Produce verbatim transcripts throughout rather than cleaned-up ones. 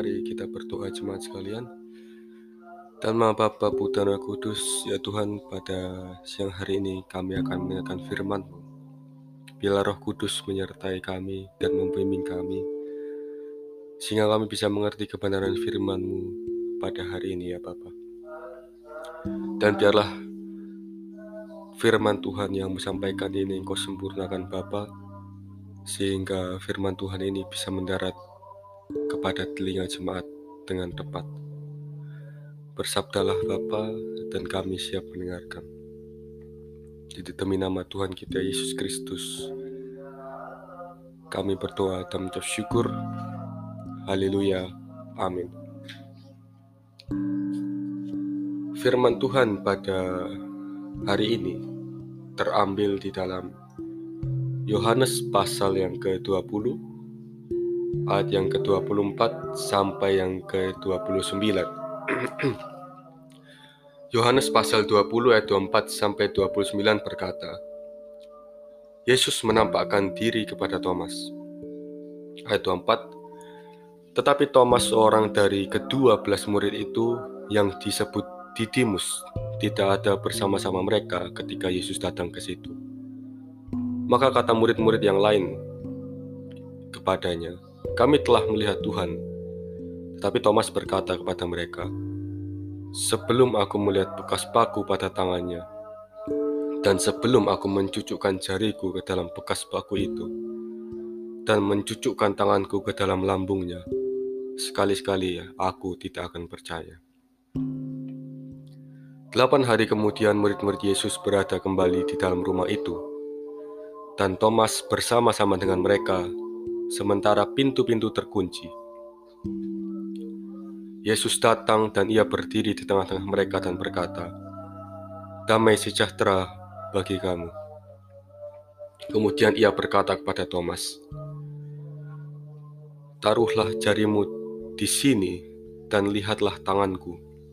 mari kita berdoa jemaat sekalian. Dan nama Bapa, Putra, dan Roh Kudus, ya Tuhan, pada siang hari ini kami akan mendengarkan firman-Mu. Biarlah Roh Kudus menyertai kami dan membimbing kami, sehingga kami bisa mengerti kebenaran firman-Mu pada hari ini ya Bapa. Dan biarlah firman Tuhan yang disampaikan ini Engkau sempurnakan Bapa, sehingga firman Tuhan ini bisa mendarat kepada telinga jemaat dengan tepat. Bersabdalah Bapa, dan kami siap mendengarkan. Di demi nama Tuhan kita Yesus Kristus, kami berdoa dan mengucap syukur. Haleluya. Amin. Firman Tuhan pada hari ini terambil di dalam Yohanes pasal yang ke dua puluh, ayat yang ke dua puluh empat sampai yang ke dua puluh sembilan. Yohanes pasal dua puluh ayat dua puluh empat sampai dua puluh sembilan berkata, Yesus menampakkan diri kepada Thomas. Ayat dua puluh empat, tetapi Thomas, seorang dari kedua belas murid itu yang disebut Didimus, tidak ada bersama-sama mereka ketika Yesus datang ke situ. Maka kata murid-murid yang lain kepadanya, kami telah melihat Tuhan. Tetapi Thomas berkata kepada mereka, sebelum aku melihat bekas paku pada tangannya, dan sebelum aku mencucukkan jariku ke dalam bekas paku itu, dan mencucukkan tanganku ke dalam lambungnya, sekali-sekali aku tidak akan percaya. Delapan hari kemudian murid-murid Yesus berada kembali di dalam rumah itu, dan Thomas bersama-sama dengan mereka, sementara pintu-pintu terkunci. Yesus datang dan ia berdiri di tengah-tengah mereka dan berkata, damai sejahtera bagi kamu. Kemudian ia berkata kepada Thomas, taruhlah jarimu di sini dan lihatlah tanganku.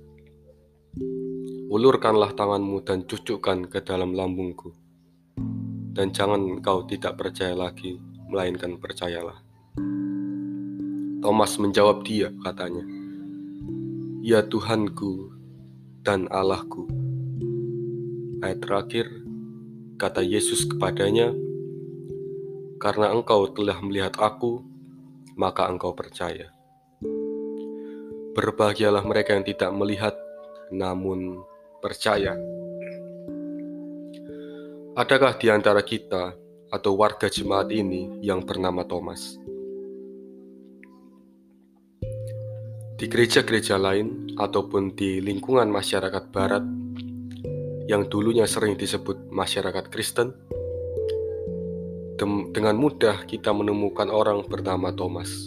Ulurkanlah tanganmu dan cucukkan ke dalam lambungku. Dan jangan engkau tidak percaya lagi, melainkan percayalah. Thomas menjawab dia, katanya, ya Tuhanku dan Allahku. Ayat terakhir, kata Yesus kepadanya, karena engkau telah melihat aku, maka engkau percaya. Berbahagialah mereka yang tidak melihat, namun percaya. Adakah di antara kita atau warga jemaat ini yang bernama Thomas? Di gereja-gereja lain ataupun di lingkungan masyarakat barat yang dulunya sering disebut masyarakat Kristen, dengan mudah kita menemukan orang bernama Thomas.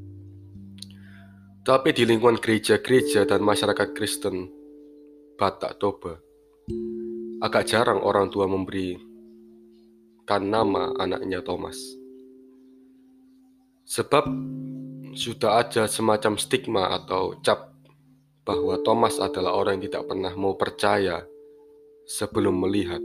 Tapi di lingkungan gereja-gereja dan masyarakat Kristen Batak Toba, agak jarang orang tua memberikan nama anaknya Thomas. Sebab sudah ada semacam stigma atau cap bahwa Thomas adalah orang yang tidak pernah mau percaya sebelum melihat.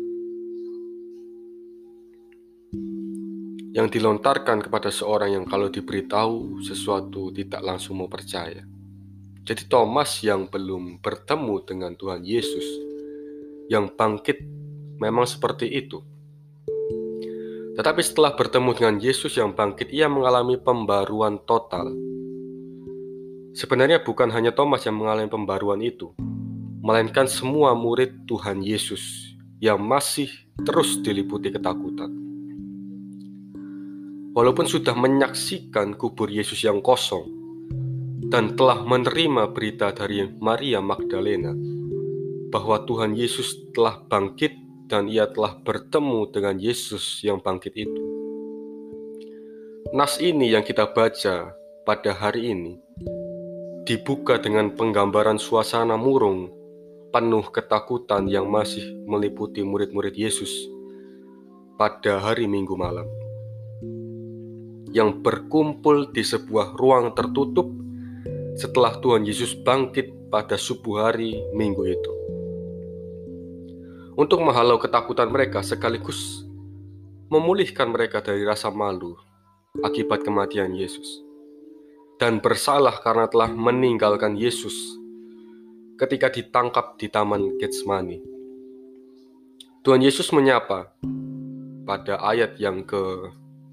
Yang dilontarkan kepada seorang yang kalau diberitahu sesuatu tidak langsung mau percaya. Jadi Thomas yang belum bertemu dengan Tuhan Yesus, yang bangkit, memang seperti itu. Tetapi setelah bertemu dengan Yesus yang bangkit, ia mengalami pembaruan total. Sebenarnya bukan hanya Thomas yang mengalami pembaruan itu, melainkan semua murid Tuhan Yesus yang masih terus diliputi ketakutan. Walaupun sudah menyaksikan kubur Yesus yang kosong dan telah menerima berita dari Maria Magdalena bahwa Tuhan Yesus telah bangkit dan ia telah bertemu dengan Yesus yang bangkit itu. Nas ini yang kita baca pada hari ini dibuka dengan penggambaran suasana murung penuh ketakutan yang masih meliputi murid-murid Yesus pada hari Minggu malam, yang berkumpul di sebuah ruang tertutup setelah Tuhan Yesus bangkit pada subuh hari Minggu itu, untuk menghalau ketakutan mereka sekaligus memulihkan mereka dari rasa malu akibat kematian Yesus. dan bersalah karena telah meninggalkan Yesus ketika ditangkap di Taman Getsemani. Tuhan Yesus menyapa pada ayat yang ke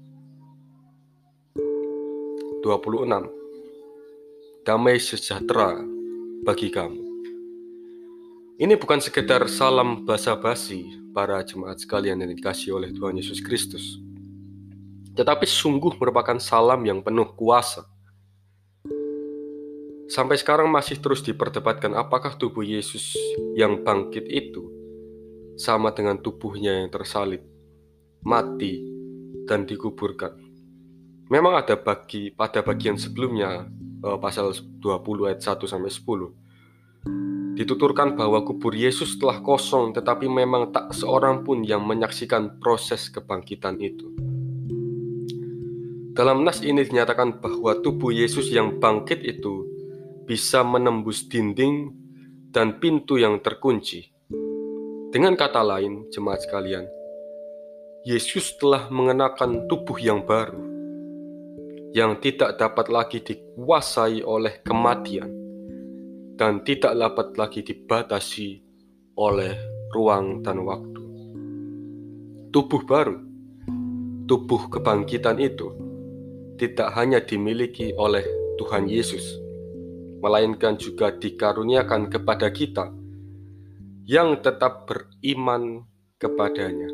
dua puluh enam, damai sejahtera bagi kamu. Ini bukan sekedar salam basa-basi para jemaat sekalian yang dikasihi oleh Tuhan Yesus Kristus, tetapi sungguh merupakan salam yang penuh kuasa. Sampai sekarang masih terus diperdebatkan apakah tubuh Yesus yang bangkit itu sama dengan tubuhnya yang tersalib, mati, dan dikuburkan. Memang ada bagi pada bagian sebelumnya, eh, pasal dua puluh ayat satu sampai sepuluh, dituturkan bahwa kubur Yesus telah kosong, tetapi memang tak seorang pun yang menyaksikan proses kebangkitan itu. Dalam nas ini dinyatakan bahwa tubuh Yesus yang bangkit itu bisa menembus dinding dan pintu yang terkunci. Dengan kata lain, jemaat sekalian, Yesus telah mengenakan tubuh yang baru, yang tidak dapat lagi dikuasai oleh kematian, dan tidak dapat lagi dibatasi oleh ruang dan waktu. Tubuh baru, tubuh kebangkitan itu, tidak hanya dimiliki oleh Tuhan Yesus, melainkan juga dikaruniakan kepada kita yang tetap beriman kepadanya.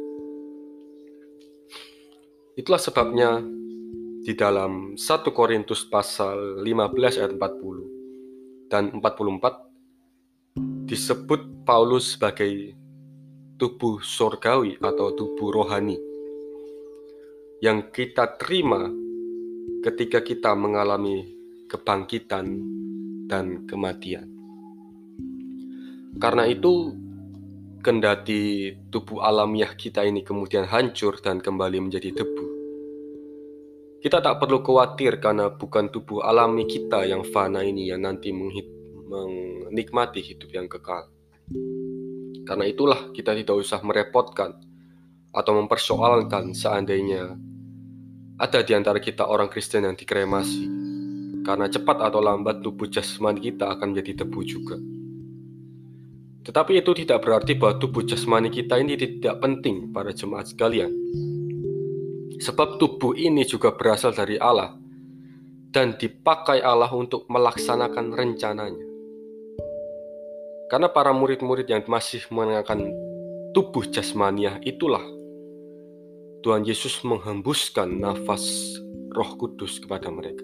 Itulah sebabnya di dalam satu Korintus pasal lima belas ayat empat puluh dan empat puluh empat disebut Paulus sebagai tubuh surgawi atau tubuh rohani yang kita terima ketika kita mengalami kebangkitan dan kematian. Karena itu, kendati tubuh alamiah kita ini kemudian hancur dan kembali menjadi debu, kita tak perlu khawatir karena bukan tubuh alami kita yang fana ini yang nanti menikmati hidup yang kekal. Karena itulah kita tidak usah merepotkan atau mempersoalkan seandainya ada di antara kita orang Kristen yang dikremasi, karena cepat atau lambat tubuh jasmani kita akan menjadi debu juga. Tetapi itu tidak berarti bahwa tubuh jasmani kita ini tidak penting para jemaat sekalian. Sebab tubuh ini juga berasal dari Allah dan dipakai Allah untuk melaksanakan rencananya. Karena para murid-murid yang masih mengenakan tubuh jasmaniah itulah Tuhan Yesus menghembuskan nafas Roh Kudus kepada mereka.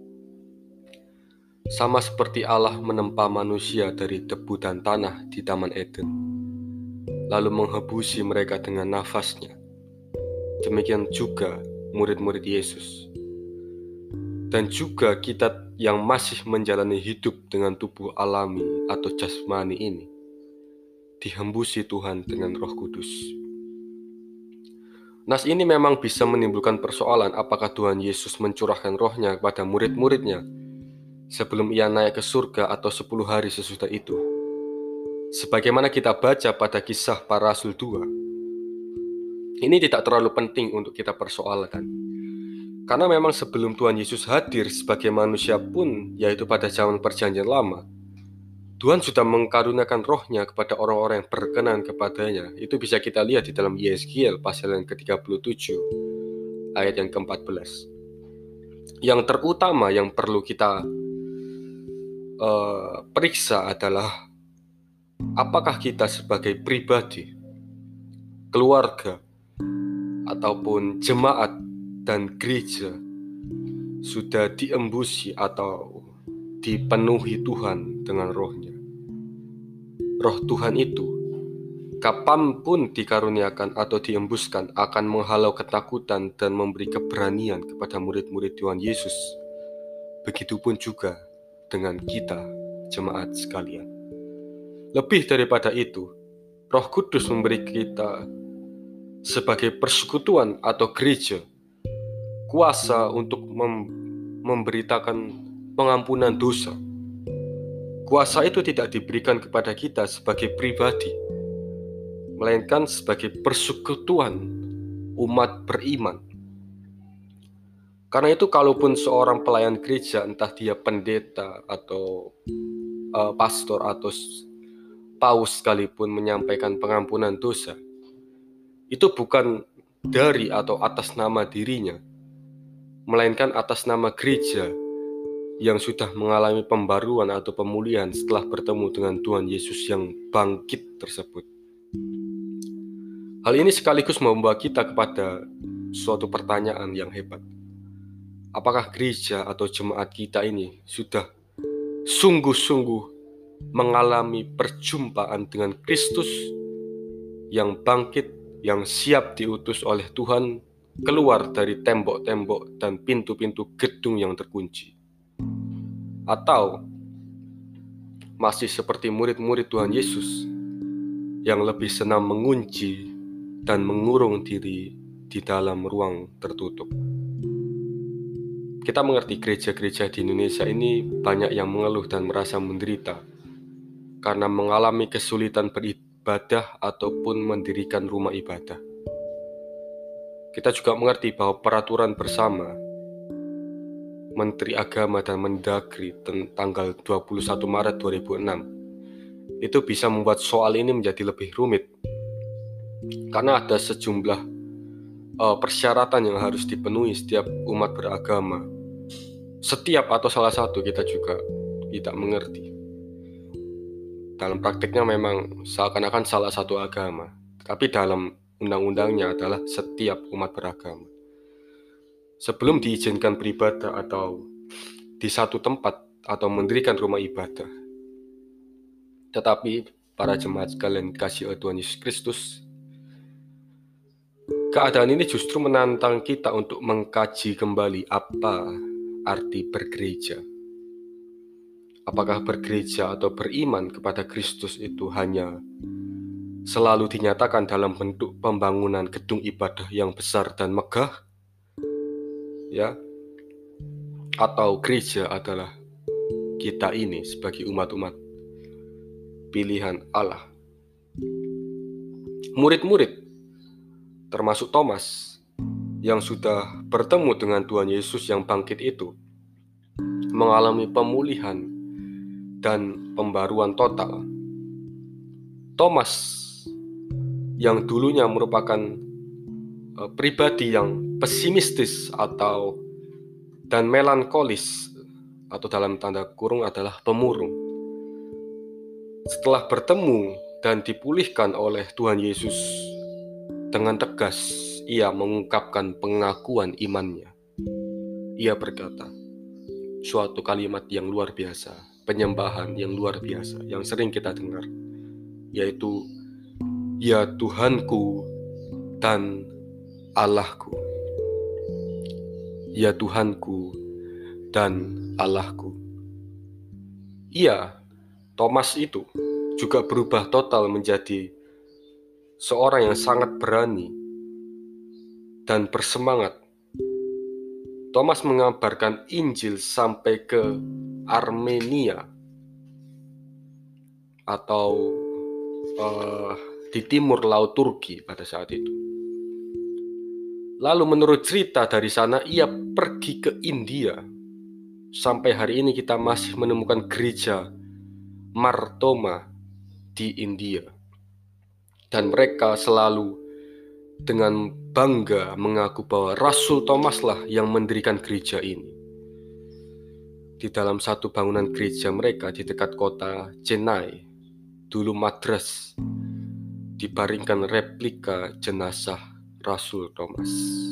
Sama seperti Allah menempa manusia dari debu dan tanah di Taman Eden, lalu menghembusi mereka dengan nafasnya. Demikian juga murid-murid Yesus. Dan juga kita yang masih menjalani hidup dengan tubuh alami atau jasmani ini, dihembusi Tuhan dengan Roh Kudus. Nas ini memang bisa menimbulkan persoalan apakah Tuhan Yesus mencurahkan rohnya kepada murid-muridnya sebelum ia naik ke surga atau sepuluh hari sesudah itu. Sebagaimana kita baca pada Kisah Para Rasul dua, ini tidak terlalu penting untuk kita persoalkan. Karena memang sebelum Tuhan Yesus hadir sebagai manusia pun, yaitu pada zaman Perjanjian Lama, Tuhan sudah mengkaruniakan rohnya kepada orang-orang yang berkenan kepadanya. Itu bisa kita lihat di dalam Yeskiel pasal yang ke tiga puluh tujuh, ayat yang ke empat belas. Yang terutama yang perlu kita uh, periksa adalah apakah kita sebagai pribadi, keluarga, ataupun jemaat dan gereja sudah diembusi atau dipenuhi Tuhan dengan rohnya. Roh Tuhan itu, kapanpun dikaruniakan atau diembuskan, akan menghalau ketakutan dan memberi keberanian kepada murid-murid Tuhan Yesus. Begitupun juga dengan kita, jemaat sekalian. Lebih daripada itu, Roh Kudus memberi kita sebagai persekutuan atau gereja kuasa untuk mem- memberitakan pengampunan dosa. Kuasa itu tidak diberikan kepada kita sebagai pribadi, melainkan sebagai persekutuan umat beriman. Karena itu kalaupun seorang pelayan gereja, entah dia pendeta atau uh, pastor atau paus sekalipun menyampaikan pengampunan dosa, itu bukan dari atau atas nama dirinya, melainkan atas nama gereja yang sudah mengalami pembaruan atau pemulihan setelah bertemu dengan Tuhan Yesus yang bangkit tersebut. Hal ini sekaligus membawa kita kepada suatu pertanyaan yang hebat. Apakah gereja atau jemaat kita ini sudah sungguh-sungguh mengalami perjumpaan dengan Kristus yang bangkit, yang siap diutus oleh Tuhan keluar dari tembok-tembok dan pintu-pintu gedung yang terkunci? Atau masih seperti murid-murid Tuhan Yesus yang lebih senang mengunci dan mengurung diri di dalam ruang tertutup? Kita mengerti gereja-gereja di Indonesia ini banyak yang mengeluh dan merasa menderita karena mengalami kesulitan beribadah ataupun mendirikan rumah ibadah. Kita juga mengerti bahwa peraturan bersama Menteri Agama dan Mendagri tanggal dua puluh satu Maret dua ribu enam itu bisa membuat soal ini menjadi lebih rumit karena ada sejumlah uh, persyaratan yang harus dipenuhi setiap umat beragama. Setiap atau salah satu kita juga tidak mengerti. Dalam praktiknya memang seakan-akan salah satu agama, tapi dalam undang-undangnya adalah setiap umat beragama. Sebelum diizinkan beribadah atau di satu tempat atau mendirikan rumah ibadah. Tetapi para jemaat sekalian dikasihi oleh Tuhan Yesus Kristus, keadaan ini justru menantang kita untuk mengkaji kembali apa arti bergereja. Apakah bergereja atau beriman kepada Kristus itu hanya selalu dinyatakan dalam bentuk pembangunan gedung ibadah yang besar dan megah, ya? Atau gereja adalah kita ini sebagai umat-umat pilihan Allah. Murid-murid, termasuk Thomas, yang sudah bertemu dengan Tuhan Yesus yang bangkit itu, mengalami pemulihan dan pembaruan total. Thomas yang dulunya merupakan uh, pribadi yang pesimistis atau dan melankolis atau dalam tanda kurung adalah pemurung. Setelah bertemu dan dipulihkan oleh Tuhan Yesus, dengan tegas ia mengungkapkan pengakuan imannya. Ia berkata suatu kalimat yang luar biasa, penyembahan yang luar biasa yang sering kita dengar, yaitu ya Tuhanku dan Allahku. Ya Tuhanku dan Allahku. Ia, Thomas itu juga berubah total menjadi seorang yang sangat berani dan bersemangat. Thomas mengabarkan Injil sampai ke Armenia atau uh, di timur laut Turki pada saat itu. Lalu menurut cerita dari sana ia pergi ke India. Sampai hari ini kita masih menemukan gereja Mar Thoma di India. Dan mereka selalu dengan bangga mengaku bahwa Rasul Thomas lah yang mendirikan gereja ini. Di dalam satu bangunan gereja mereka di dekat kota Chennai, dulu Madras, dibaringkan replika jenazah Rasul Thomas.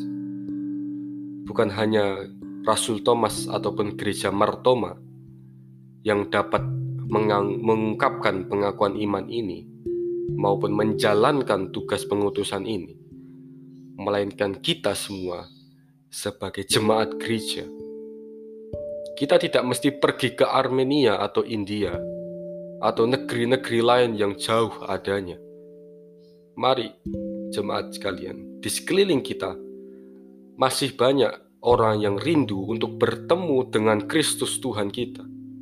Bukan hanya Rasul Thomas ataupun gereja Mar Thoma yang dapat mengang- mengungkapkan pengakuan iman ini maupun menjalankan tugas pengutusan ini, melainkan kita semua sebagai jemaat gereja. Kita tidak mesti pergi ke Armenia atau India atau negeri-negeri lain yang jauh adanya. Mari jemaat sekalian, di sekeliling kita masih banyak orang yang rindu untuk bertemu dengan Kristus Tuhan kita.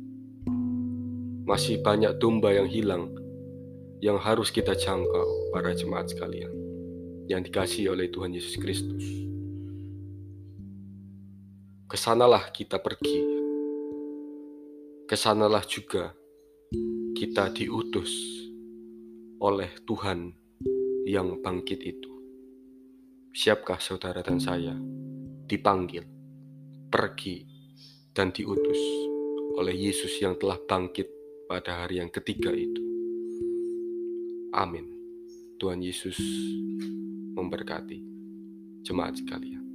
Masih banyak domba yang hilang yang harus kita jangkau, para jemaat sekalian yang dikasihi oleh Tuhan Yesus Kristus. kesanalah kita pergi. Kesanalah juga kita diutus oleh Tuhan yang bangkit itu. Siapkah saudara dan saya dipanggil, pergi, dan diutus oleh Yesus yang telah bangkit pada hari yang ketiga itu? Amin. Tuhan Yesus memberkati jemaat sekalian.